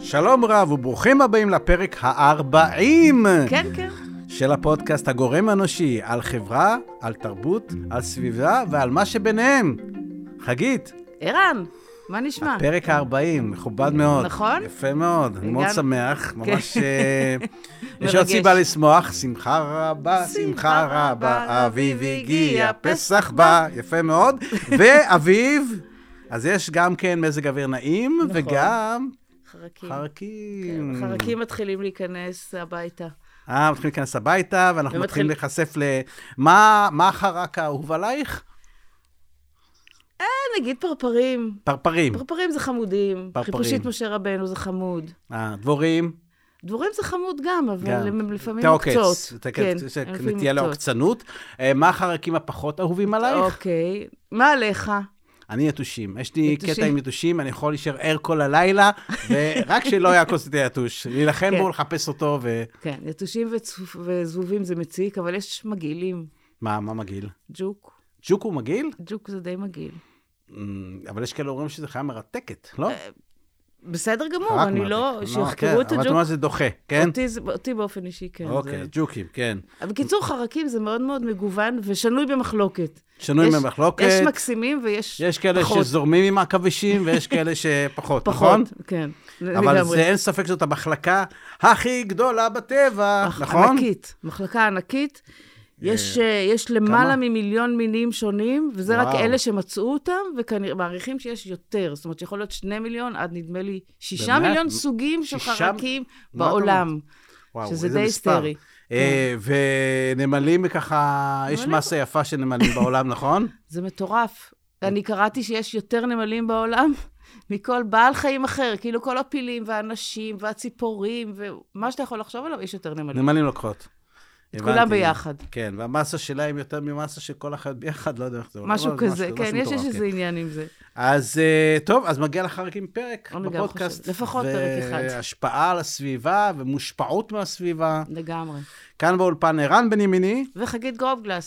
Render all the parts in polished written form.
שלום רב וברוכים הבאים לפרק ה-40 כן, כן. של הפודקאסט הגורם האנושי על חברה, על תרבות, על סביבה ועל מה שביניהם. חגית. ערן, מה נשמע? הפרק ה-40, מכובד מאוד. נכון? יפה מאוד, אני מאוד שמח, ממש יש עוד מרגש. סיבה לשמוח, שמחה רבה, שמחה רבה, אביב הגיע, פסח בא, יפה מאוד, ואביב, אז יש גם כן מזג אוויר נעים, וגם חרקים. כן, חרקים מתחילים להיכנס הביתה. מתחילים להיכנס הביתה, ואנחנו מתחילים להיחשף מה החרק האהוב עלייך? נגיד פרפרים. פרפרים. פרפרים זה חמודים. פרפרים. חיפושית משה רבנו זה חמוד. דבורים. דבורים זה חמוד גם, אבל הם לפעמים עוקץ. עוקצות. כן, נטייה לעוקצנות. מה החרקים הפחות אהובים עלייך? אוקיי. מה עליך? אני יתושים. יש לי קטע עם יתושים, אני יכול להישאר ער כל הלילה, ורק שלא יעקוץ את היתוש. להילחם בו, לחפש אותו כן, יתושים וזבובים זה מציק, אבל יש מגעילים. מה מגעיל? ג'וק. ג'וק הוא מגעיל? ג'וק זה די מגעיל. אבל יש כאלה אומרים שזה חיה מרתקת, לא? בסדר גמור, אני לא, שיחקרו את הג'וק. אבל אתה אומר שזה דוחה, כן? אותי באופן אישי, כן. אוקיי, ג'וקים, כן. בקיצור, חרקים זה מאוד מאוד מגוון ושנוי במחלוקת. שנוי במחלוקת. יש מקסימים ויש פחות. יש כאלה שזורמים עם עכבישים ויש כאלה שפחות, נכון? פחות, כן. אבל זה אין ספק זאת המחלקה הכי גדולה בטבע, נכון? ענקית, מחלקה ענקית. יש למעלה ממיליון מינים שונים, וזה רק אלה שמצאו אותם, וכנראה מעריכים שיש יותר. זאת אומרת, שיכול להיות 2 מיליון, עד נדמה לי 6 מיליון סוגים של חרקים בעולם. שזה די היסטרי. ונמלים ככה, יש מסה יפה של נמלים בעולם, נכון? זה מטורף. אני קראתי שיש יותר נמלים בעולם מכל בעל חיים אחר, כאילו כל הפילים והאנשים והציפורים, ומה שאתה יכול לחשוב עליו, יש יותר נמלים. נמלים לוקחות. כולם ביחד. כן, והמסה שלהם יותר ממסה של כל אחד ביחד, לא יודע איך זה. משהו כזה, כן, יש איזה עניין עם זה. אז טוב, אז מגיע לחרקים פרק בפודקאסט. לפחות פרק אחד. והשפעה על הסביבה ומושפעות מהסביבה. לגמרי. כאן באולפן ערן בן ימיני. וחגית גרובגלס.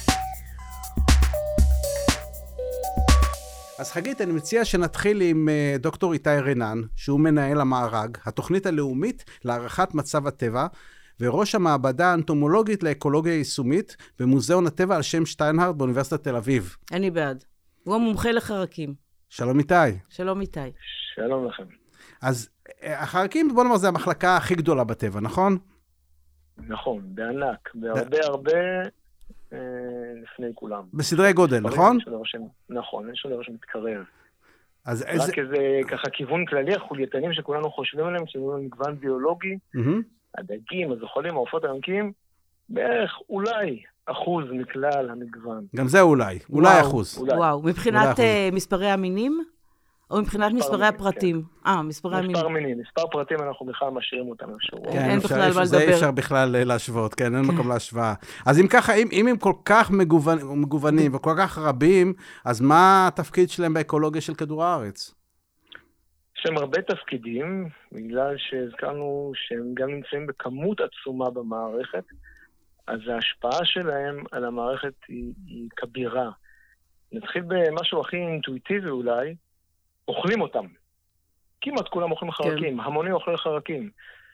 אז חגית, אני מציע שנתחיל עם דוקטור איתי רנן, שהוא מנהל המארג, התוכנית הלאומית להערכת מצב הטבע, וראש המעבדה האנטומולוגית לאקולוגיה יישומית במוזיאון הטבע על שם שטיינהרט באוניברסיטת תל אביב. אני בעד. הוא המומחה לחרקים. שלום איתי. שלום איתי. שלום לכם. אז החרקים, בוא נאמר, זה המחלקה הכי גדולה בטבע, נכון? נכון, בענק, הרבה לפני כולם. בסדרי גודל, נכון? נכון, יש עוד דבר שמתקרב. אז רק איזה ככה כיוון כללי, החולייתנים שכולנו חושבים עליהם, שזה מגוון ביולוגי, הדגים, הזוחלים, העופות היונקים, בערך אולי 1% מכלל המגוון. גם זה אולי 1%. וואו, מבחינת מספרי המינים? או מבחינת מספרי הפרטים? מספרי המינים. מספר מינים, מספר פרטים אנחנו בכלל משאירים אותם איפשהו. אין בכלל מה לדבר. זה אי אפשר בכלל להשוות, כן, אין מקום להשוואה. אז אם ככה, אם הם כל כך מגוונים וכל כך רבים, אז מה התפקיד שלהם באקולוגיה של כדור הארץ? יש להם הרבה תפקידים, בגלל שהזכרנו שהם גם נמצאים בכמות עצומה במערכת, אז ההשפעה שלהם על המערכת היא כבירה. נתחיל במשהו הכי אינטואיטיבי אולי, אוכלים אותם. כמעט כולם אוכלים חרקים, המונים אוכלים חרקים.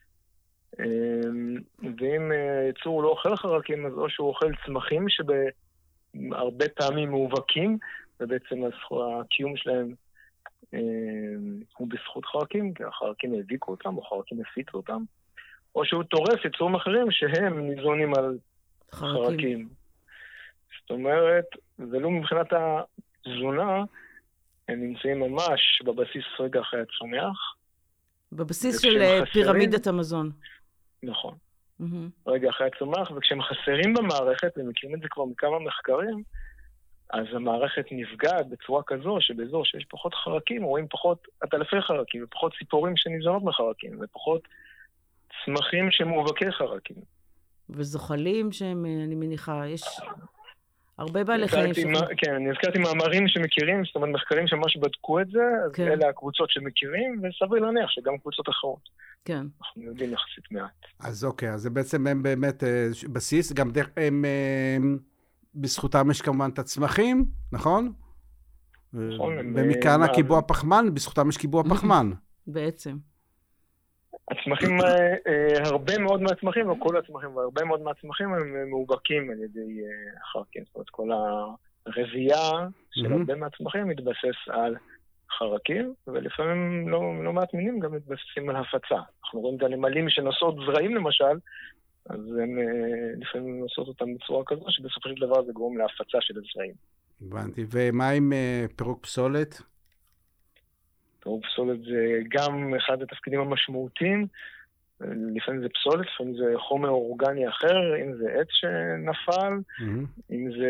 ואם יצור לא אוכל חרקים, אז או שהוא אוכל צמחים שבהרבה פעמים מאובקים, ובעצם הקיום שלהם הוא בזכות חרקים, כי החרקים העביקו אותם, או חרקים הפיצו אותם, או שהוא טורף יצורים אחרים שהם ניזונים על חרקים. זאת אומרת, ולא מבחינת התזונה, הם נמצאים ממש בבסיס רגע אחרי הצומח. בבסיס של פירמידת המזון. נכון. רגע אחרי הצומח, וכשהם חסרים במערכת, ומכירים את זה כבר מכמה מחקרים, אז המערכת נפגעת בצורה כזו, שבאזור שיש פחות חרקים, רואים פחות עטלפי חרקים, ופחות ציפורים שניזונות מחרקים, ופחות צמחים שמאובקי חרקים. וזוחלים שהם, אני מניחה, יש הרבה בעלי חיים. כן, אני הזכרתי מאמרים שמכירים, זאת אומרת מחקרים שממש בדקו את זה, אז אלה הקבוצות שמכירים, וסביר להניח שגם קבוצות אחרות. כן. אנחנו יודעים יחסית מעט. אז אוקיי, אז בעצם הם באמת בסיס, גם הם בזכותם יש כמובן את הצמחים, נכון? נכון. ומכאן הקיבוע פחמן, בזכותם יש קיבוע פחמן. בעצם. הצמחים, הרבה מאוד מהצמחים, לא כל הצמחים, אבל הרבה מאוד מהצמחים הם מאובקים על ידי חרקים. זאת אומרת, כל הרבייה של הרבה מהצמחים מתבסס על חרקים, ולפעמים לא מעט מינים גם מתבססים על הפצה. אנחנו רואים את הנמלים שנושאות זרעים למשל, אז הם לפעמים נושאות אותם בצורה כזו, שבסופו של דבר זה גורם להפצה של הזרעים. הבנתי. ומה עם פירוק פסולת? פירוק פסולת זה גם אחד התפקידים המשמעותיים. לפעמים זה פסולת, לפעמים זה חומר אורגני אחר, אם זה עץ שנפל, אם זה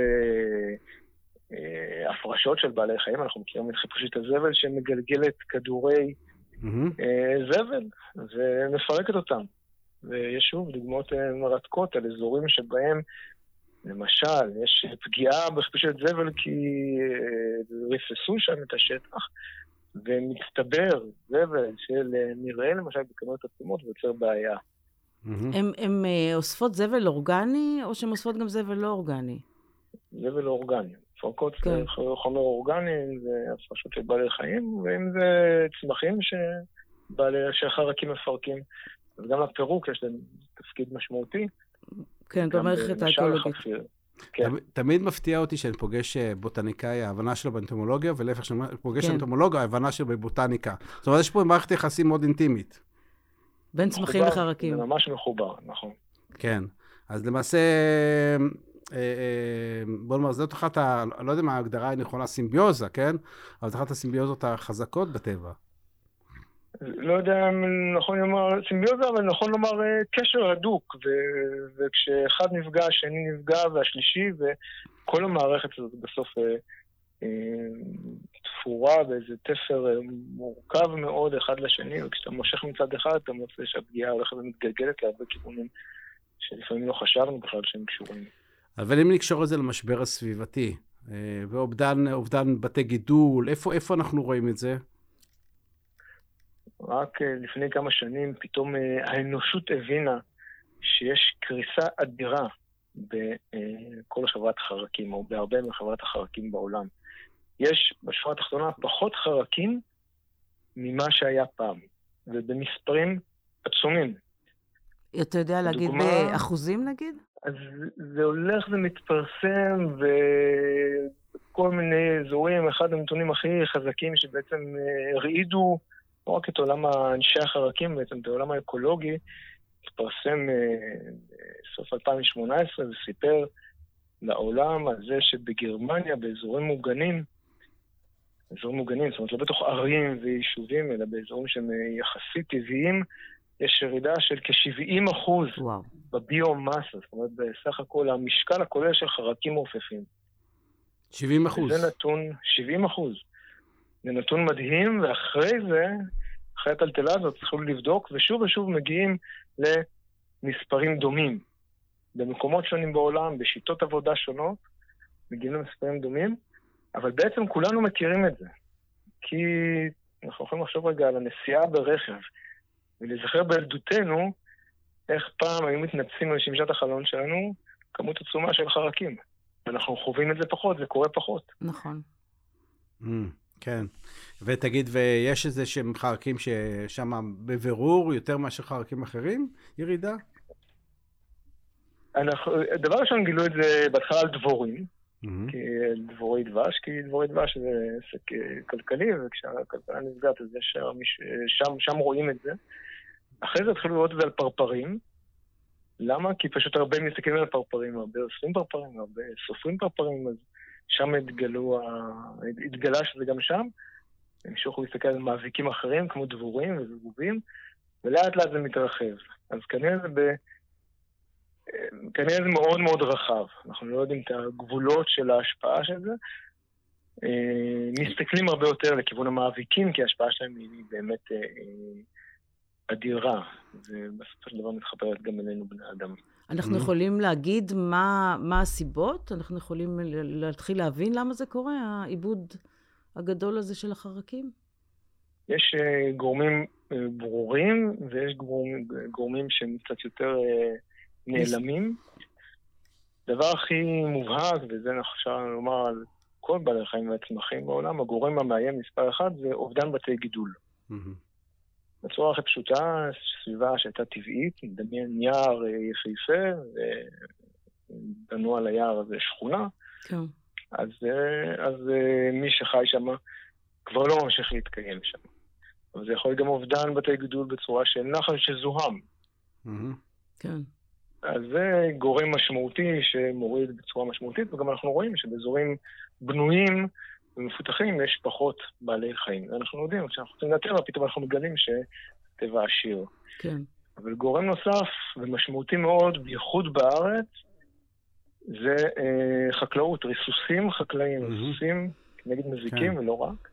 הפרשות של בעלי חיים. אנחנו מכירים את חיפושית הזבל שמגלגלת כדורי זבל ומפרקת אותם. ויש שוב דוגמאות מרתקות על אזורים שבהם, למשל, יש פגיעה בחיפושית זבל כי ריפסו שם את השטח, ומצטבר זבל של נראה למשל בכמויות עצומות ויוצר בעיה. הן אוספות זבל אורגני, או שהן אוספות גם זבל לא אורגני? זבל אורגני. פרקות זה חומר אורגני, אם זה הפרשות של בעלי חיים, ואם זה צמחים שחרקים מפרקים. אז גם לפירוק יש להם תפקיד משמעותי. כן, במערכת האקולוגית. תמיד מפתיע אותי שאני פוגש בוטניקאי, ההבנה שלו באנטומולוגיה, ולהפך שאני פוגש אנטומולוגיה, ההבנה שלו בבוטניקה. זאת אומרת, יש פה מערכת יחסים מאוד אינטימית. בין צמחים וחרקים. זה ממש מחובר, נכון. כן. אז למעשה, בוא נאמר, זאת אחת, לא יודע מה ההגדרה הנכונה, סימביוזה, כן? אבל זאת אחת הסימביוזות החזקות בטבע. לא יודע אם נכון לומר סימביוזה, אבל נכון לומר קשר הדוק, וכשאחד נפגע, השני נפגע, והשלישי, וכל המערכת הזאת בסוף תפורה באיזה תפר מורכב מאוד אחד לשני, וכשאתה מושך מצד אחד, אתה מוצא שהפגיעה הולכת ומתגלגלת להרבה כיוונים שלפעמים לא חשבנו בכלל שהם קשורים. אבל אם נקשור את זה למשבר הסביבתי, ואובדן בתי גידול, איפה אנחנו רואים את זה? רק לפני כמה שנים פתאום האנושות הבינה שיש קריסה אדירה בכל חברת חרקים, או בהרבה מחברת החרקים בעולם. יש בשורה התחתונה פחות חרקים ממה שהיה פעם, ובמספרים עצומים. אתה יודע להגיד באחוזים נגיד? אז זה הולך ומתפרסם, וכל מיני אזורים, אחד הנתונים הכי חזקים שבעצם הרעידו, לא רק את עולם האנשי החרקים, בעצם את העולם האקולוגי, התפרסם סוף 2018 וסיפר לעולם על זה שבגרמניה, באזורים מוגנים, זאת אומרת לא בתוך ערים ויישובים, אלא באזורים שהם יחסית טבעיים, יש ירידה של כ-70% בביומאסה, זאת אומרת בסך הכל המשקל הכולל של חרקים מעופפים. 70%? זה נתון, 70%. זה נתון מדהים, ואחרי זה, אחרי הטלטלה הזאת, צריכים לבדוק, ושוב ושוב מגיעים למספרים דומים. במקומות שונים בעולם, בשיטות עבודה שונות, מגיעים למספרים דומים, אבל בעצם כולנו מכירים את זה. כי אנחנו יכולים לחשוב רגע על הנסיעה ברכב, ולזכר בילדותנו איך פעם היו מתנצים על שמשת החלון שלנו, כמות עצומה של חרקים. ואנחנו חווים את זה פחות, זה קורה פחות. נכון. כן. ותגיד, ויש איזה שהם חרקים ששם בבירור יותר מאשר חרקים אחרים? ירידה? דבר ראשון גילו את זה בהתחלה על דבורים, דבורי דבש, כי דבורי דבש זה עסק כלכלי, וכשהכלכלה נפגעת, אז שם רואים את זה. אחרי זה התחילו לראות את זה על פרפרים. למה? כי פשוט הרבה מסתכלים על פרפרים, הרבה אוספים פרפרים, הרבה סופרים פרפרים, אז שם התגלה שזה גם שם. המשכו להסתכל על מאביקים אחרים, כמו דבורים וזבובים, ולאט לאט זה מתרחב. אז כנראה זה מאוד מאוד רחב. אנחנו לא יודעים את הגבולות של ההשפעה של זה. מסתכלים הרבה יותר לכיוון המאביקים, כי ההשפעה שלהם היא באמת אדירה. ובסופו של דבר מתחברת גם אלינו בני אדם. אנחנו יכולים להגיד מה הסיבות? אנחנו יכולים להתחיל להבין למה זה קורה, העיבוד הגדול הזה של החרקים? יש גורמים ברורים, ויש גורמים שהם קצת יותר נעלמים. דבר הכי מובהק, וזה אפשר לומר על כל בעלי חיים והצמחים בעולם, הגורם המאיים מספר אחד זה אובדן בתי גידול. בצורה הכי פשוטה, סביבה שהייתה טבעית, נדמיין יער יפהפה, ובנו על היער הזה שכונה, כן. אז מי שחי שם כבר לא ממשיך להתקיים שם. אבל זה יכול להיות גם אובדן בתי גידול בצורה של נחל שזוהם. כן. אז זה גורם משמעותי שמוריד בצורה משמעותית, וגם אנחנו רואים שבאזורים בנויים ומפותחים יש פחות בעלי חיים. אנחנו יודעים, כשאנחנו חוצים לטבע, פתאום אנחנו מגלים שטבע עשיר. כן. אבל גורם נוסף ומשמעותי מאוד, בייחוד בארץ, זה חקלאות, ריסוסים חקלאיים, ריסוסים נגד מזיקים ולא רק,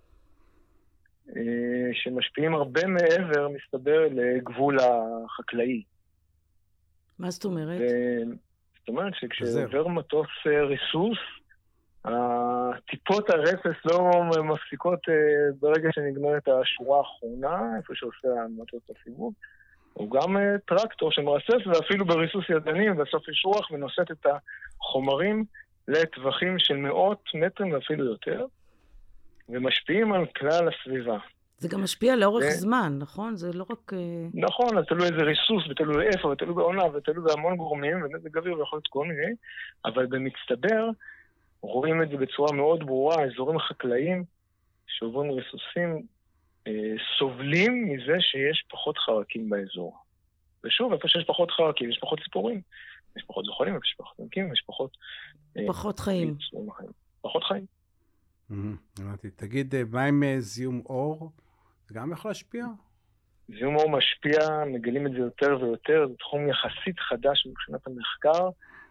שמשפיעים הרבה מעבר, מסתבר, לגבול החקלאי. מה זאת אומרת? זאת אומרת שכשעובר מטוס ריסוס, הטיפות הרפס לא מפסיקות ברגע שנגמרת השורה האחרונה, איפה שעושה המטוס הסיבוב. הוא גם טרקטור שמרסס, ואפילו בריסוס ידני, ובסוף יש רוח ונושאת את החומרים לטווחים של מאות מטרים ואפילו יותר, ומשפיעים על כלל הסביבה. זה גם משפיע לאורך זמן, נכון? זה לא רק... נכון, אז תלוי איזה ריסוס, ותלוי איפה, ותלוי בעונה, ותלוי בהמון גורמים, ומזג אוויר ויכול להיות כל מיני, אבל במצטבר רואים את זה בצורה מאוד ברורה, האזורים החקלאיים שעוברים ריסוסים סובלים מזה שיש פחות חרקים באזור. ושוב, איפה שיש פחות חרקים, יש פחות ציפורים, יש פחות זוחלים, יש פחות עמקים, יש פחות... פחות חיים. פחות חיים. תגיד, מה עם זיהום אור? זה גם יכול להשפיע? זיהום אור משפיע, מגלים את זה יותר ויותר, זה תחום יחסית חדש מבחינת המחקר,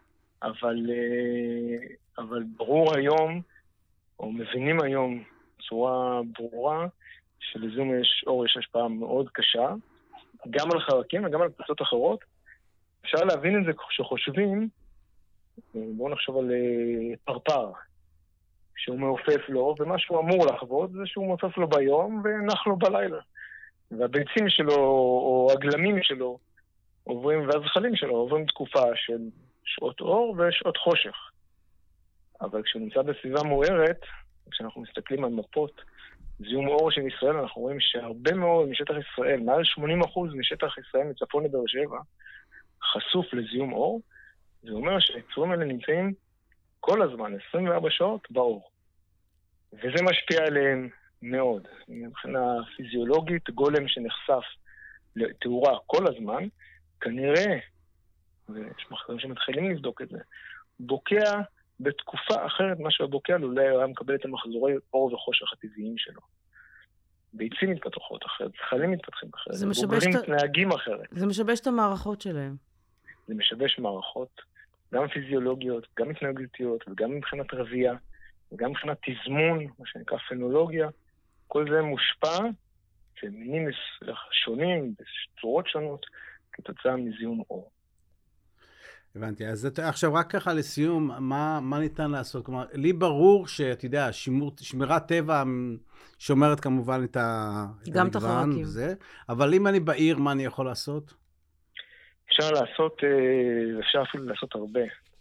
אבל ברור היום, או מבינים היום בצורה ברורה, שלזיהום אור יש השפעה מאוד קשה, גם על חרקים וגם על קבוצות אחרות. אפשר להבין את זה כשחושבים, בואו נחשוב על פרפר, שהוא מעופף לו, ומה שהוא אמור לחוות זה שהוא מעופף לו ביום ונח לו בלילה. והביצים שלו, או הגלמים שלו, והזחלים שלו, עוברים תקופה של שעות אור ושעות חושך. אבל כשהוא נמצא בסביבה מוארת, כשאנחנו מסתכלים על מפות זיהום אור של ישראל, אנחנו רואים שהרבה מאוד משטח ישראל, מעל 80% משטח ישראל מצפון לבאר שבע, חשוף לזיהום אור. זה אומר שהיצורים האלה נמצאים כל הזמן, 24 שעות באור. וזה משפיע עליהם מאוד. מבחינה פיזיולוגית, גולם שנחשף לתאורה כל הזמן, כנראה, ויש מחקרים שמתחילים לבדוק את זה, בוקע בתקופה אחרת מה שהבוקע לולא היה מקבל את המחזורי אור וחושך הטבעיים שלו. ביצים מתפתחות אחרת, זחלים מתפתחים אחרת, בוגרים מתנהגים אחרת. זה משבש את המערכות שלהם. זה משבש מערכות, גם פיזיולוגיות, גם התנהגותיות, וגם מבחינת רבייה, וגם מבחינת תזמון, מה שנקרא פנולוגיה. כל זה מושפע במינים שונים, בצורות שונות, כתוצאה מזיהום אור. הבנתי. אז עכשיו רק ככה לסיום, מה ניתן לעשות? כלומר, לי ברור שאתה יודע, שמירת טבע שומרת כמובן את גם את החרקים. וזה, אבל אם אני בעיר, מה אני יכול לעשות? אפשר לעשות, אפשר אפילו לעשות הרבה.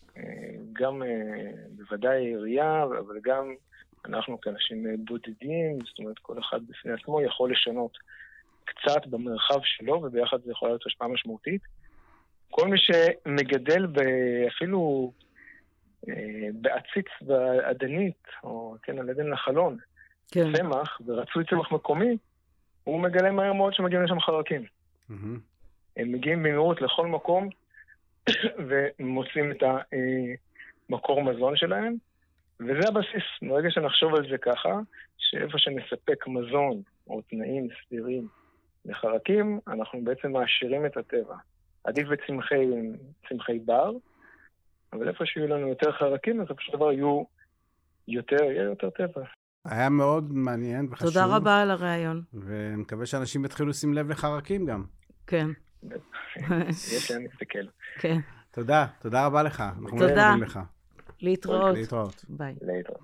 גם בוודאי עירייה, אבל גם אנחנו כאנשים בודדים, זאת אומרת, כל אחד בפני עצמו יכול לשנות קצת במרחב שלו, וביחד זה יכול להיות השפעה משמעותית. כל מי שמגדל אפילו בעציץ בעדנית, או כן, על עדן לחלון, כן. צמח, ורצוי צמח מקומי, הוא מגלה מהר מאוד שמגיעים לשם חרקים. הם מגיעים במהירות לכל מקום, ומוצאים את המקור מזון שלהם, וזה הבסיס. ברגע שנחשוב על זה ככה, שאיפה שנספק מזון, או תנאים סבירים לחרקים, אנחנו בעצם מעשירים את הטבע. עדיף בצמחי בר, אבל איפה שיהיו לנו יותר חרקים, אז פשוט דבר יהיה יותר טבע. היה מאוד מעניין וחשוב. תודה רבה על הרעיון. ומקווה שאנשים יתחילו לשים לב לחרקים גם. כן. יש להם להסתכל. כן. תודה רבה לך. תודה. להתראות. להתראות. ביי. להתראות.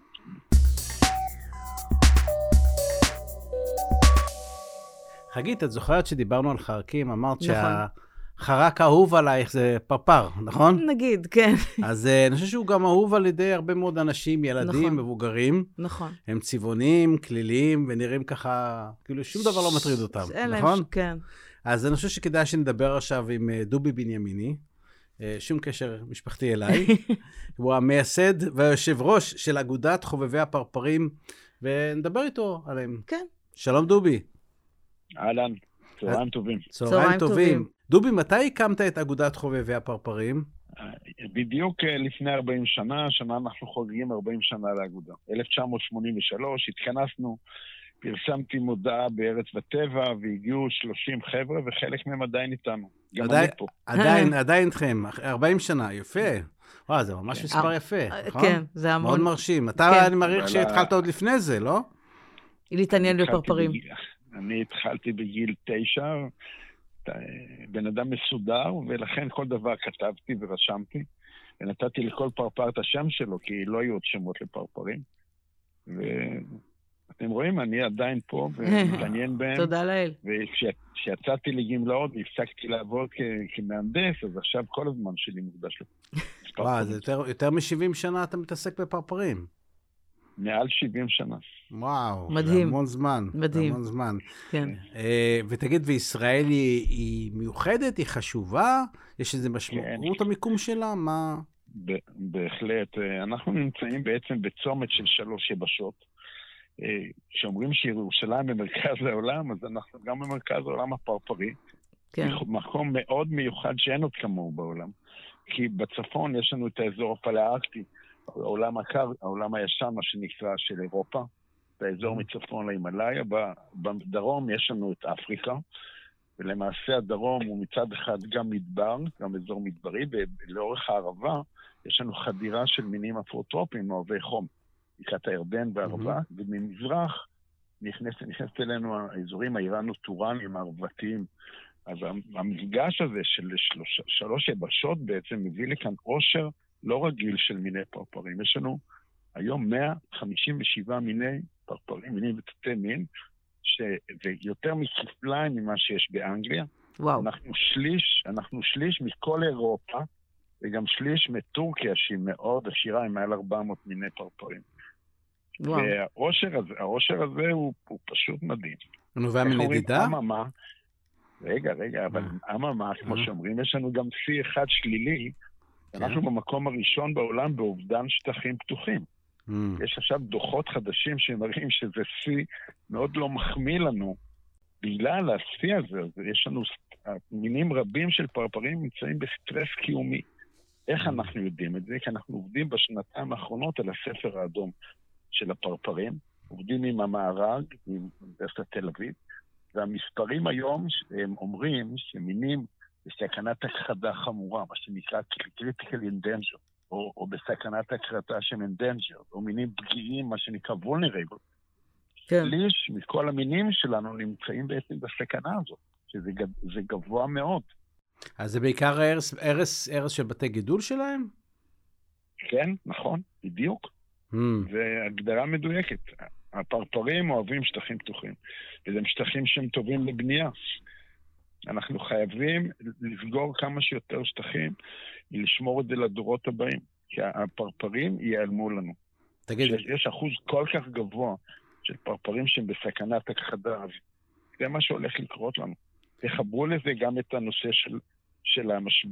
חגית, את זוכרת שדיברנו על חרקים, אמרת חרק אהוב עלייך זה פרפר, נכון? נגיד, כן. אז אני חושב שהוא גם אהוב על ידי הרבה מאוד אנשים, ילדים, מבוגרים. נכון. הם צבעונים, כליליים, ונראים ככה, כאילו שום דבר לא מטריד אותם, נכון? כן. אז אני חושב שכדאי שנדבר עכשיו עם דובי בנימיני, שום קשר משפחתי אליי. הוא המייסד והיושב ראש של אגודת חובבי הפרפרים, ונדבר איתו עליהם. כן. שלום דובי. אהלן, צהריים טובים. צהריים טובים. דובי, מתי הקמת את אגודת חובבי הפרפרים? בדיוק לפני 40 שנה, השנה אנחנו חוגגים 40 שנה לאגודה. 1983, התכנסנו, פרסמתי מודעה בארץ וטבע, והגיעו 30 חבר'ה, וחלק מהם עדיין איתנו. גם אני פה. עדיין איתכם, 40 שנה, יפה. וואו, זה ממש מספר יפה, נכון? כן, זה המון. מאוד מרשים. אתה, אני מעריך שהתחלת עוד לפני זה, לא? להתעניין בפרפרים. אני התחלתי בגיל 9, בן אדם מסודר, ולכן כל דבר כתבתי ורשמתי, ונתתי לכל פרפר את השם שלו, כי לא היו עוד שמות לפרפרים. ואתם רואים, אני עדיין פה ומתעניין בהם. תודה לאל. וכשיצאתי לגמלאות והפסקתי לעבוד כמהנדס, אז עכשיו כל הזמן שלי מוקדש לפרפרים. וואו, זה יותר מ-70 שנה אתה מתעסק בפרפרים. מעל 70 שנה. וואו, מדהים. זה המון זמן. מדהים. המון זמן. כן. ותגיד, וישראל היא מיוחדת? היא חשובה? יש איזו משמעות המיקום שלה? מה? בהחלט. אנחנו נמצאים בעצם בצומת של 3 יבשות. שאומרים שירושלים במרכז העולם, אז אנחנו גם במרכז העולם הפרפרי. כן. מקום מאוד מיוחד שאין עוד כמוהו בעולם. כי בצפון יש לנו את האזור הפלארקטי, העולם הישן, מה שנקרא, של אירופה, באזור מצפון להימלאיה. בדרום יש לנו את אפריקה, ולמעשה הדרום הוא מצד אחד גם מדבר, גם אזור מדברי, ולאורך הערבה יש לנו חדירה של מינים אפרוטרופיים, אוהבי חום, בקעת הירדן והערבה, וממזרח נכנסת אלינו האזורים האיראנו-טורניים, הערבתיים. אז המפגש הזה של 3 יבשות בעצם מביא לכאן עושר לא רגיל של מיני פרפרים. יש לנו היום 157 מיני פרפרים, מינים ותתי מין, זה יותר מכפליים ממה שיש באנגליה. וואו. אנחנו שליש מכל אירופה, וגם שליש מטורקיה, שהיא מאוד עשירה, עם מעל 400 מיני פרפרים. וואו. והעושר הזה הוא פשוט מדהים. נובע מנדידה? רגע, אבל אממה, כמו שאומרים, יש לנו גם שיא אחד שלילי, אנחנו במקום הראשון בעולם באובדן שטחים פתוחים. יש עכשיו דוחות חדשים שמראים שזה שיא מאוד לא מחמיא לנו. בגלל השיא הזה, יש לנו מינים רבים של פרפרים נמצאים בסטרס קיומי. איך אנחנו יודעים את זה? כי אנחנו עובדים בשנתיים האחרונות על הספר האדום של הפרפרים, עובדים עם המארג, עם אוניברסיטת תל אביב, והמספרים היום הם אומרים שמינים בסכנת הכחדה חמורה, מה שנקרא critical endanger, או בסכנת הכחדה שהם endanger, או מינים פגיעים, מה שנקרא vulnerable. שליש מכל המינים שלנו נמצאים בעצם בסכנה הזאת, שזה גבוה מאוד. אז זה בעיקר הרס של בתי גידול שלהם? כן, נכון, בדיוק. והגדרה מדויקת. הפרפרים אוהבים שטחים פתוחים, וזה שטחים שהם טובים לבנייה. אנחנו חייבים לסגור כמה שיותר שטחים, ולשמור את זה לדורות הבאים, כי הפרפרים ייעלמו לנו. תגיד. יש אחוז כל כך גבוה של פרפרים שהם בסכנת הכחדה, זה מה שהולך לקרות לנו. תחברו לזה גם את הנושא של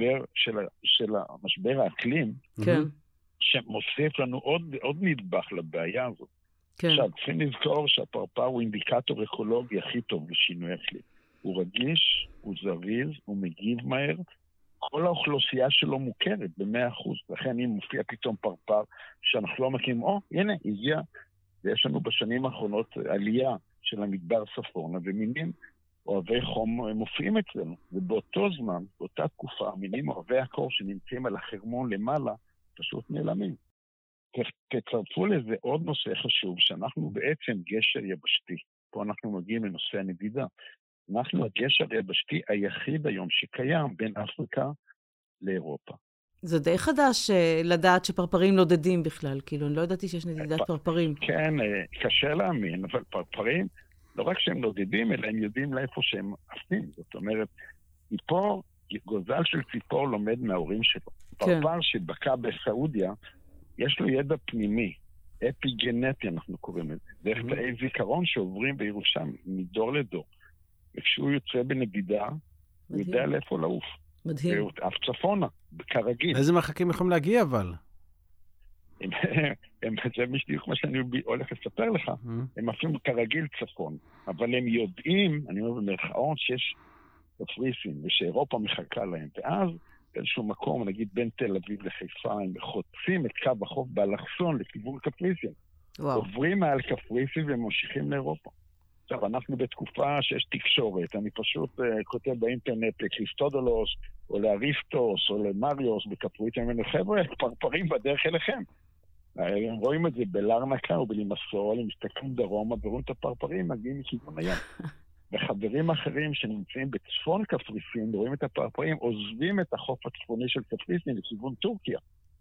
המשבר האקלים, כן. שמוסיף לנו עוד נדבך לבעיה הזאת. כן. עכשיו, צריכים לזכור שהפרפר הוא אינדיקטור אקולוגי הכי טוב לשינוי אקלים. הוא רגיש, הוא זריז, הוא מגיב מהר. כל האוכלוסייה שלו מוכרת ב100%. לכן אם מופיע פתאום פרפר שאנחנו לא מכירים, הנה, הגיע. ויש לנו בשנים האחרונות עלייה של המדבר צפונה, ומינים אוהבי חום מופיעים אצלנו. ובאותו זמן, באותה תקופה, המינים אוהבי הקור שנמצאים על החרמון למעלה, פשוט נעלמים. תצרפו לזה עוד נושא חשוב, שאנחנו בעצם גשר יבשתי. פה אנחנו מגיעים לנושא הנדידה. אנחנו הגשר היבשתי היחיד היום שקיים בין אפריקה לאירופה. זה די חדש לדעת שפרפרים נודדים בכלל, כאילו, אני לא ידעתי שיש נדידת פרפרים. כן, קשה להאמין, אבל פרפרים, לא רק שהם נודדים, אלא הם יודעים לאיפה שהם עפים. זאת אומרת, מפה גוזל של ציפור לומד מההורים שלו. פרפר שבקע בסעודיה, יש לו ידע פנימי, אפיגנטי אנחנו קוראים לזה. דרך תאי זיכרון שעוברים בירושה מדור לדור. וכשהוא יוצא בנדידה, הוא יודע לאיפה לעוף. מדהים. אף צפונה, כרגיל. איזה מרחקים יכולים להגיע אבל? זה בדיוק מה שאני הולך לספר לך. הם אפילו כרגיל צפון. אבל הם יודעים, אני אומר במרכאות, שיש קפריסין ושאירופה מחכה להם. ואז באיזשהו מקום, נגיד בין תל אביב לחיפה, הם חוצים את קו החוף באלכסון לכיוון קפריסין. עוברים מעל קפריסין וממשיכים לאירופה. עכשיו, אנחנו בתקופה שיש תקשורת, אני פשוט כותב באינטרנט לקריסטודולוס, או לאריסטוס, או למריוס בקפריסין, אני אומר, חבר'ה, פרפרים בדרך אליכם. הם רואים את זה בלרנקה או בלימסול, הם מסתכלים דרומה, ורואים את הפרפרים, מגיעים מכיוון הים. וחברים אחרים שנמצאים בצפון קפריסין, רואים את הפרפרים, עוזבים את החוף הצפוני של קפריסין לכיוון טורקיה.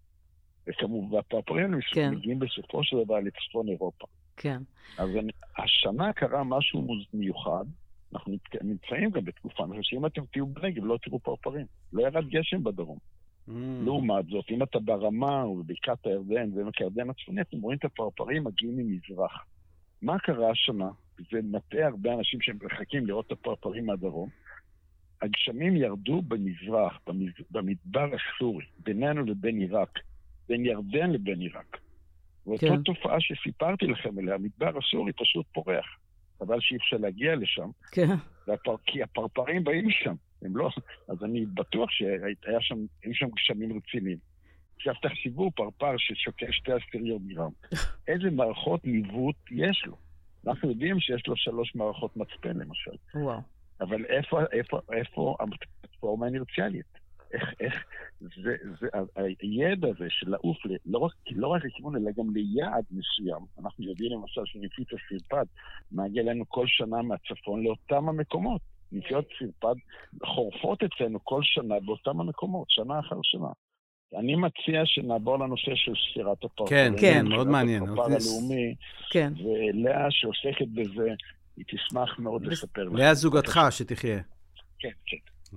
וכמובן, הפרפרים מגיעים בסופו של דבר לצפון אירופה. כן. אז השנה קרה משהו מיוחד, אנחנו נמצאים גם בתקופה, אני חושב שאם אתם תהיו בנגב, לא תראו פרפרים. לא ירד גשם בדרום. לעומת זאת, אם אתה ברמה או בבקעת הירדן ועמק הירדן הצפוני, אתם רואים את הפרפרים מגיעים ממזרח. מה קרה השנה? זה מטעה הרבה אנשים שמחכים לראות את הפרפרים מהדרום. הגשמים ירדו במזרח, במדבר הסורי, בינינו לבין עיראק, בין ירדן לבין עיראק. ואותה תופעה שסיפרתי לכם אליה, המדבר הסורי פשוט פורח. אבל שאי אפשר להגיע לשם, כי הפרפרים באים משם. הם לא, אז אני בטוח שהיו שם גשמים רציניים. עכשיו תחשיבו פרפר ששוקע 2 גרם. איזה מערכות ניווט יש לו? אנחנו יודעים שיש לו 3 מערכות מצפן למשל. וואו. אבל איפה הפלטפורמה האינרציאלית? איך זה הידע הזה של לעוף לא רק לכיוון אלא גם ליעד מסוים. אנחנו יודעים למשל שנפיץ הסרפד מגיע לנו כל שנה מהצפון לאותם המקומות. נפיעות סרפד חורפות אצלנו כל שנה באותם המקומות, שנה אחר שנה. אני מציע שנעבור לנושא של ספירת הפרפרים. כן, מאוד מעניין. הפרפר הלאומי, ולאה שעוסקת בזה, היא תשמח מאוד לספר לך. לאה זוגתך שתחיה. כן, כן.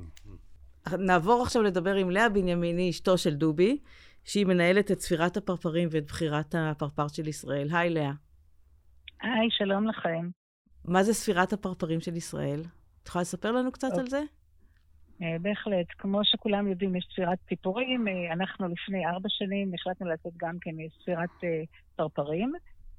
נעבור עכשיו לדבר עם לאה בנימיני, אשתו של דובי, שהיא מנהלת את ספירת הפרפרים ואת בחירת הפרפר של ישראל. היי לאה. היי, שלום לכם. מה זה ספירת הפרפרים של ישראל? את יכולה לספר לנו קצת על זה? בהחלט. כמו שכולם יודעים, יש ספירת ציפורים. אנחנו לפני 4 שנים החלטנו לעשות גם כן ספירת פרפרים.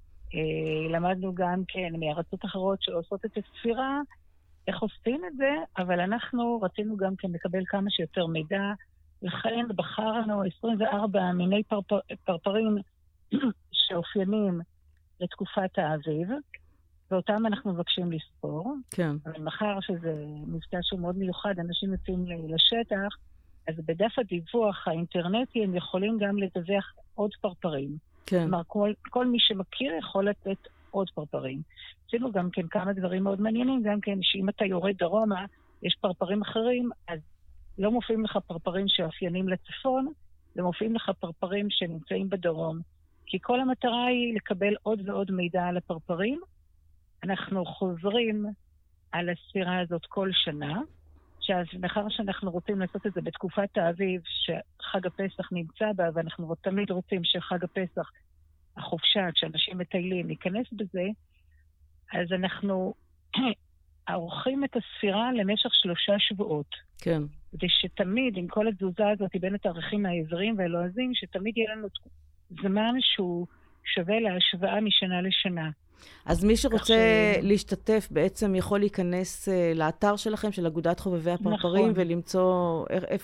למדנו גם כן מארצות אחרות שעושות את הספירה, איך עושים את זה, אבל אנחנו רצינו גם כן לקבל כמה שיותר מידע, לכן בחרנו 24 מיני פרפרים שאופיינים לתקופת האביב, ואותם אנחנו מבקשים לספור. כן. אבל מחר שזה מבצע שהוא מאוד מיוחד, אנשים יוצאים לשטח, אז בדף הדיווח האינטרנטי הם יכולים גם לדווח עוד פרפרים. כן. כלומר, כל מי שמכיר יכול לתת עוד פרפרים. עשינו גם כן כמה דברים מאוד מעניינים, גם כן שאם אתה יורד דרומה, יש פרפרים אחרים, אז לא מופיעים לך פרפרים שאופיינים לצפון, ומופיעים לך פרפרים שנמצאים בדרום. כי כל המטרה היא לקבל עוד ועוד מידע על הפרפרים. אנחנו חוזרים על הספירה הזאת כל שנה, מאחר שאנחנו רוצים לעשות את זה בתקופת האביב, שחג הפסח נמצא בה, ואנחנו תמיד רוצים שחג הפסח, החופשה, כשאנשים מטיילים, ייכנס בזה, אז אנחנו עורכים את הספירה למשך 3 שבועות. כן. כדי שתמיד, עם כל התזוזה הזאת, בין התאריכים העבריים והלועזיים, שתמיד יהיה לנו זמן שהוא שווה להשוואה משנה לשנה. אז מי שרוצה להשתתף בעצם יכול להיכנס לאתר שלכם, של אגודת חובבי הפרפרים, ולמצוא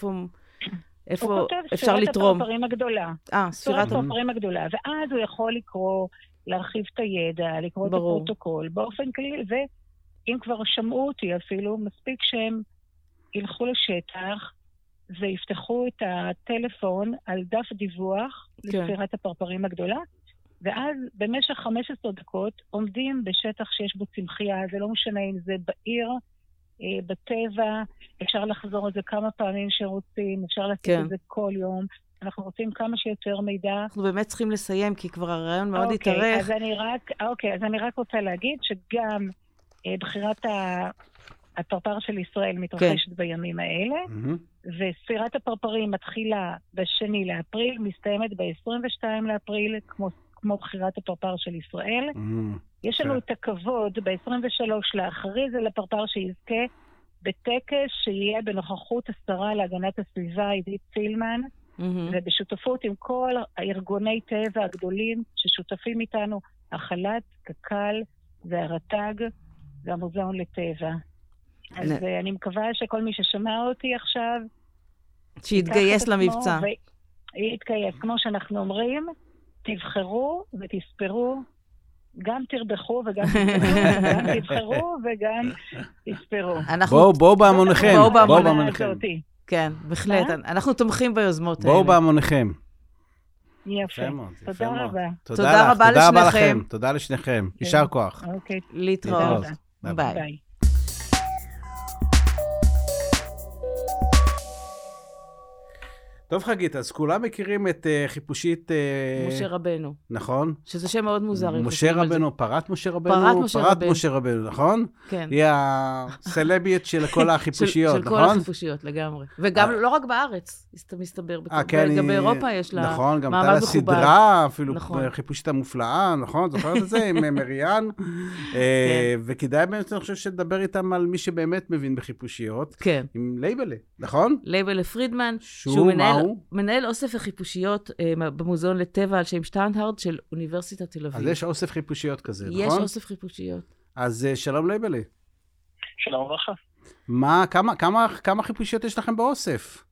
איפה אפשר לתרום. ספירת הפרפרים הגדולה. ספירת הפרפרים הגדולה. ואז הוא יכול לקרוא, להרחיב את הידע, לקרוא את הפרוטוקול, באופן כללי, ואם כבר שמעו אותי אפילו, מספיק שהם ילכו לשטח, ויפתחו את הטלפון על דף דיווח לספירת הפרפרים הגדולה, ואז במשך 15 דקות עומדים בשטח שיש בו צמחייה, זה לא משנה אם זה בעיר, בטבע, אפשר לחזור על זה כמה פעמים שרוצים, אפשר לעשות את זה כל יום, אנחנו רוצים כמה שיותר מידע. אנחנו באמת צריכים לסיים, כי כבר הרעיון מאוד התארך. אז אני רק רוצה להגיד שגם בחירת הפרפר של ישראל מתרחשת בימים האלה, וספירת הפרפרים מתחילה ב2 לאפריל, מסתיימת ב22 לאפריל, כמו בחירת הפרפר של ישראל. יש לנו את הכבוד ב23 להכריז על הפרפר שיזכה בטקס שיהיה בנוכחות השרה להגנת הסביבה, עידית סילמן, ובשותפות עם כל הארגוני טבע הגדולים ששותפים איתנו, החל"צ, קק"ל והרט"ג והמוזיאון לטבע. אז אני מקווה שכל מי ששמע אותי עכשיו שיתגייס למבצע. יתגייס, כמו שאנחנו אומרים, תבחרו ותספרו, גם תרבחו וגם תספרו, גם תבחרו וגם תספרו. בואו בהמוניכם. בואו בהמוניכם. כן, בהחלט. אנחנו תומכים ביוזמות האלה. בואו בהמוניכם. יפה. תודה רבה. תודה רבה לשניכם. תודה לשניכם. יישר כוח. להתראות. ביי. טוב חגית, אז כולם מכירים את חיפושית... משה רבנו. נכון. שזה שם מאוד מוזר. משה רבנו, פרת משה רבנו? פרת משה רבנו, נכון? כן. היא הסלבית של כל החיפושיות, נכון? של כל החיפושיות, לגמרי. וגם לא רק בארץ, מסתבר. גם באירופה יש לה מעמד מכובד. נכון, גם הייתה לה סדרה, אפילו חיפושית המופלאה, נכון? זוכרת את זה? עם מריאן. וכדאי באמת, אני חושב, שדבר איתם על מי שבאמת מבין בחיפושיות. כן. עם לייבלה, נכון? לייבלה פרידמן, שהוא מנהל אוסף החיפושיות במוזיאון לטבע על שם שטיינהרד של אוניברסיטת תל אביב. אז יש אוסף חיפושיות כזה, נכון? יש אוסף חיפושיות. אז שלום לייבלה. שלום וברכה. כמה חיפושיות יש לכם באוסף?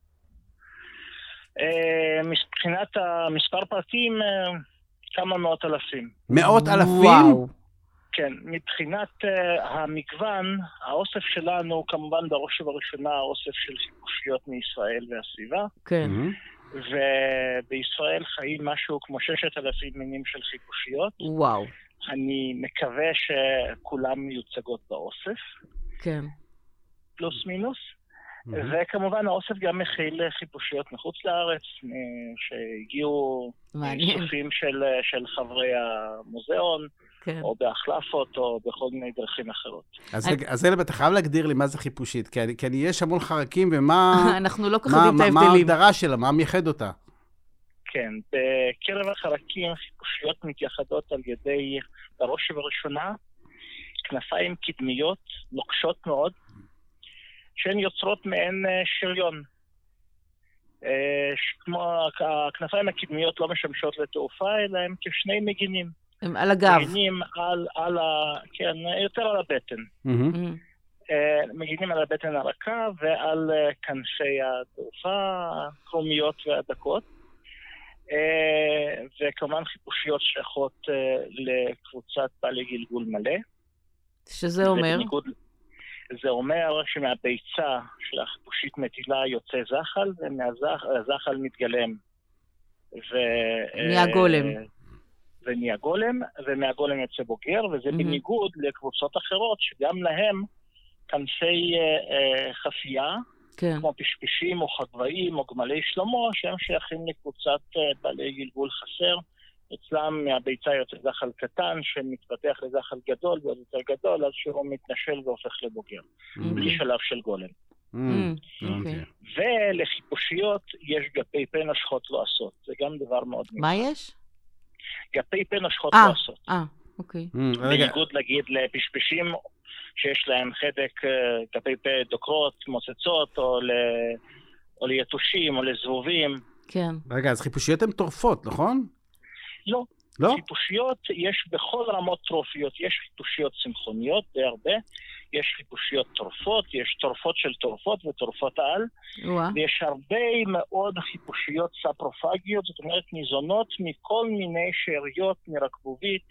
מבחינת המספר פרטים, כמה מאות אלפים. מאות אלפים? וואו. כן, מבחינת המגוון, האוסף שלנו כמובן בראש ובראשונה האוסף של חיפושיות מישראל והסביבה. כן. ובישראל חיים משהו כמו 6,000 מינים של חיפושיות. וואו. אני מקווה שכולם מיוצגות באוסף. כן. פלוס מינוס. וכמובן האוסף גם מכיל חיפושיות מחוץ לארץ, שהגיעו איסופים של חברי המוזיאון, או בהחלפות, או בכל מיני דרכים אחרות. אז אלה, אתה חייב להגדיר לי מה זה חיפושית, כי יש המון חרקים, ומה... אנחנו לא כך יודעים את ההבדלים. מה ההגדרה שלה, מה מייחד אותה? כן, בקרב החרקים חיפושיות מתייחדות על ידי, בראש ובראשונה, כנפיים קדמיות, נוקשות מאוד, שהן יוצרות מעין שריון. כמו הכנפיים הקדמיות לא משמשות לתעופה, אלא הם כשני מגינים. הם על הגב. מגינים כן, יותר על הבטן. מגינים על הבטן הרכה ועל כנפי התעופה, הקרומיות והדקות. וכמובן חיפושיות שייכות לקבוצת בעלי גלגול מלא. שזה אומר? זה אומר שמהביצה של החיפושית מטילה יוצא זחל, ומהזחל מתגלם. נהיה גולם. ונהיה גולם, ומהגולם יוצא בוגר, וזה בניגוד לקבוצות אחרות, שגם להם כנפי חפייה, כמו פשפשים או חגבאים או גמלי שלמה, שהם שייכים לקבוצת בעלי גלגול חסר. אצלם מהביצה יוצא זחל קטן שמתפתח לזחל גדול ועוד יותר גדול, אז שהוא מתנשל והופך לבוגר, בלי שלב של גולם. ולחיפושיות יש גפי פה נשכות לא עשות, זה גם דבר מאוד מיוחד. מה יש? גפי פה נשכות לא עשות. אוקיי. בניגוד להגיד לפשפשים שיש להם חדק גפי פה דוקרות, מוצצות, או ליתושים או לזבובים. כן. רגע, אז חיפושיות הן טורפות, נכון? לא. לא? חיפושיות יש בכל רמות טרופיות, יש חיפושיות צמחוניות די הרבה, יש חיפושיות טורפות, יש טורפות של טורפות וטורפות על, ויש הרבה מאוד חיפושיות ספרופגיות, זאת אומרת ניזונות מכל מיני שאריות מרקבובית,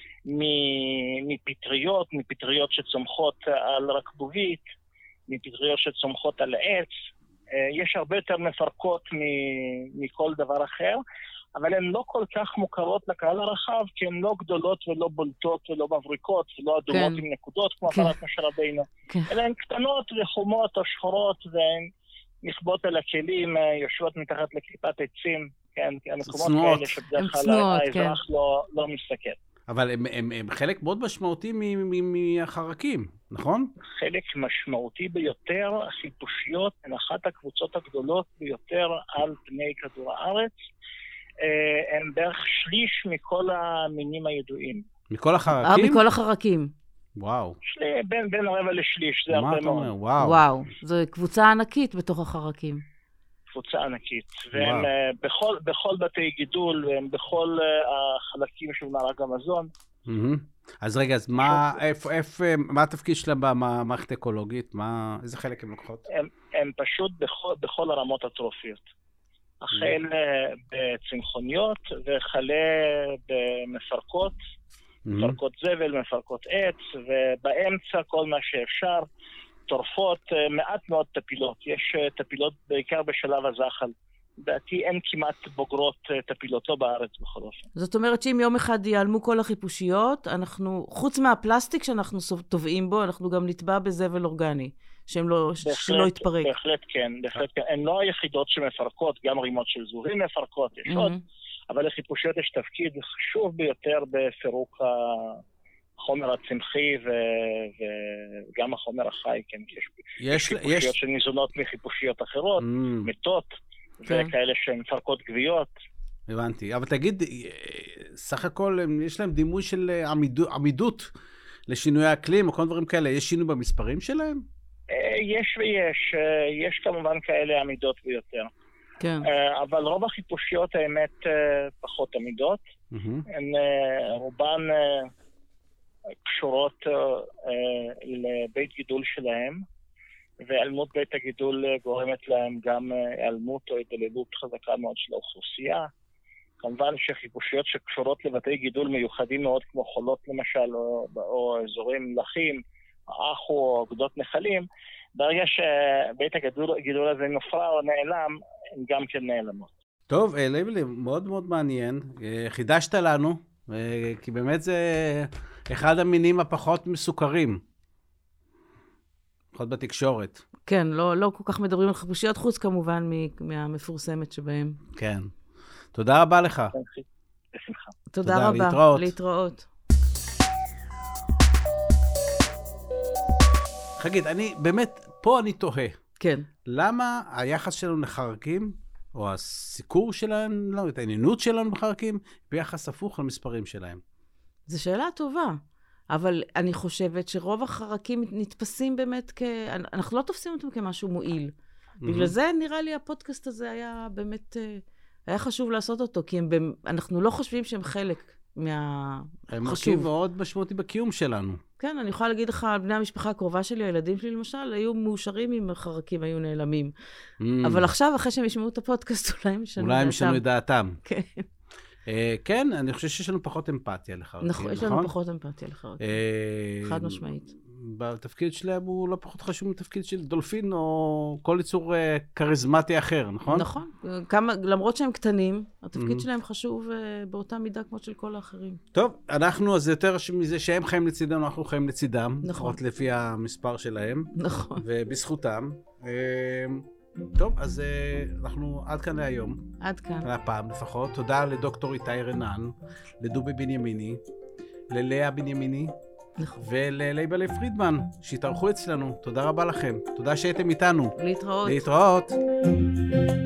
מפטריות שצומחות על רקבובית, מפטריות שצומחות על עץ, יש הרבה יותר מפרקות מכל דבר אחר, אבל הן לא כל כך מוכרות לקהל הרחב, כי הן לא גדולות ולא בולטות ולא מבריקות, ולא אדומות עם נקודות, כמו פרת משה רבנו. אלא הן קטנות וחומות או שחורות, והן נכבות על הכלים, יושבות מתחת לקליפת עצים, כן, המקומות כאלה שבדרך כלל האזרח לא מסתכל. אבל הם חלק מאוד משמעותי מהחרקים, נכון? חלק משמעותי ביותר, החיפושיות הן אחת הקבוצות הגדולות ביותר על פני כדור הארץ, הם בערך שליש מכל המינים הידועים. מכל החרקים? מכל החרקים. וואו. בין רבע לשליש, זה הרבה מאוד. מה אתה אומר? וואו. וואו, זו קבוצה ענקית בתוך החרקים. קבוצה ענקית, והם בכל בתי גידול, והם בכל החלקים של מארג המזון. אז רגע, אז מה התפקיד שלהם במערכת אקולוגית? איזה חלק הם לוקחות? הם פשוט בכל הרמות הטרופיות. החל בצמחוניות וכלה במפרקות, מפרקות זבל, מפרקות עץ, ובאמצע כל מה שאפשר. טורפות, מעט מאוד טפילות. יש טפילות בעיקר בשלב הזחל. דעתי אין כמעט בוגרות טפילות, לא בארץ בכל אופן. זאת אומרת שאם יום אחד ייעלמו כל החיפושיות, אנחנו, חוץ מהפלסטיק שאנחנו טובעים בו, אנחנו גם נטבע בזבל אורגני, שלא יתפרק. בהחלט כן. הן לא היחידות שמפרקות, גם רימות של זבובים מפרקות, יש עוד, אבל לחיפושיות יש תפקיד חשוב ביותר בפירוק החומר הצמחי וגם החומר החי, כן, יש חיפושיות שניזונות מחיפושיות אחרות, מתות, וכאלה שהן מפרקות גוויות. הבנתי, אבל תגיד, סך הכל יש להם דימוי של עמידות לשינוי האקלים או כל דברים כאלה, יש שינוי במספרים שלהם? יש ויש, יש כמובן כאלה עמידות ביותר. כן. אבל רוב החיפושיות האמת פחות עמידות, הן רובן קשורות לבית גידול שלהם, והיעלמות בית הגידול גורמת להם גם היעלמות או התדללות חזקה מאוד של האוכלוסייה. כמובן שחיפושיות שקשורות לבתי גידול מיוחדים מאוד, כמו חולות למשל, או אזורים מלחים, אחו או גדות נחלים, ברגע שבית הגידול הזה נופרע או נעלם, הן גם כן נעלמות. טוב, לייבלי, מאוד מאוד מעניין. חידשת לנו, כי באמת זה אחד המינים הפחות מסוכרים. לפחות בתקשורת. כן, לא כל כך מדברים על חיפושיות חוץ כמובן מהמפורסמת שבהם. כן. תודה רבה לך. בשמחה. תודה רבה. להתראות. חגית, פה אני תוהה. כן. למה היחס שלנו לחרקים, או הסיקור שלהם, לא, את העניינות שלנו בחרקים, ביחס הפוך למספרים שלהם? זו שאלה טובה. אבל אני חושבת שרוב החרקים נתפסים באמת אנחנו לא תופסים אותם כמשהו מועיל. בגלל זה נראה לי הפודקאסט הזה היה באמת, היה חשוב לעשות אותו, כי אנחנו לא חושבים שהם חלק הם מרכיב מאוד משמעותי בקיום שלנו. כן, אני יכולה להגיד לך, בני המשפחה הקרובה שלי, הילדים שלי למשל, היו מאושרים אם החרקים היו נעלמים. אבל עכשיו, אחרי שהם ישמעו את הפודקאסט, אולי הם ישנו את דעתם. כן. כן, אני חושב שיש לנו פחות אמפתיה לחרקים, נכון? יש לנו פחות אמפתיה לחרקים, חד משמעית. בתפקיד שלהם הוא לא פחות חשוב מתפקיד של דולפין או כל יצור קריזמטי אחר, נכון? נכון. למרות שהם קטנים, התפקיד שלהם חשוב באותה מידה כמו של כל האחרים. טוב, אז זה יותר מזה שהם חיים לצידם, אנחנו חיים לצידם. נכון. לפי המספר שלהם. נכון. ובזכותם. טוב, אז אנחנו עד כאן להיום. עד כאן. הפעם לפחות. תודה לדוקטור איתי רנן, לדובי בנימיני, ללאה בנימיני, וללייבלי פרידמן, שהתארחו אצלנו. תודה רבה לכם. תודה שהייתם איתנו. להתראות. להתראות.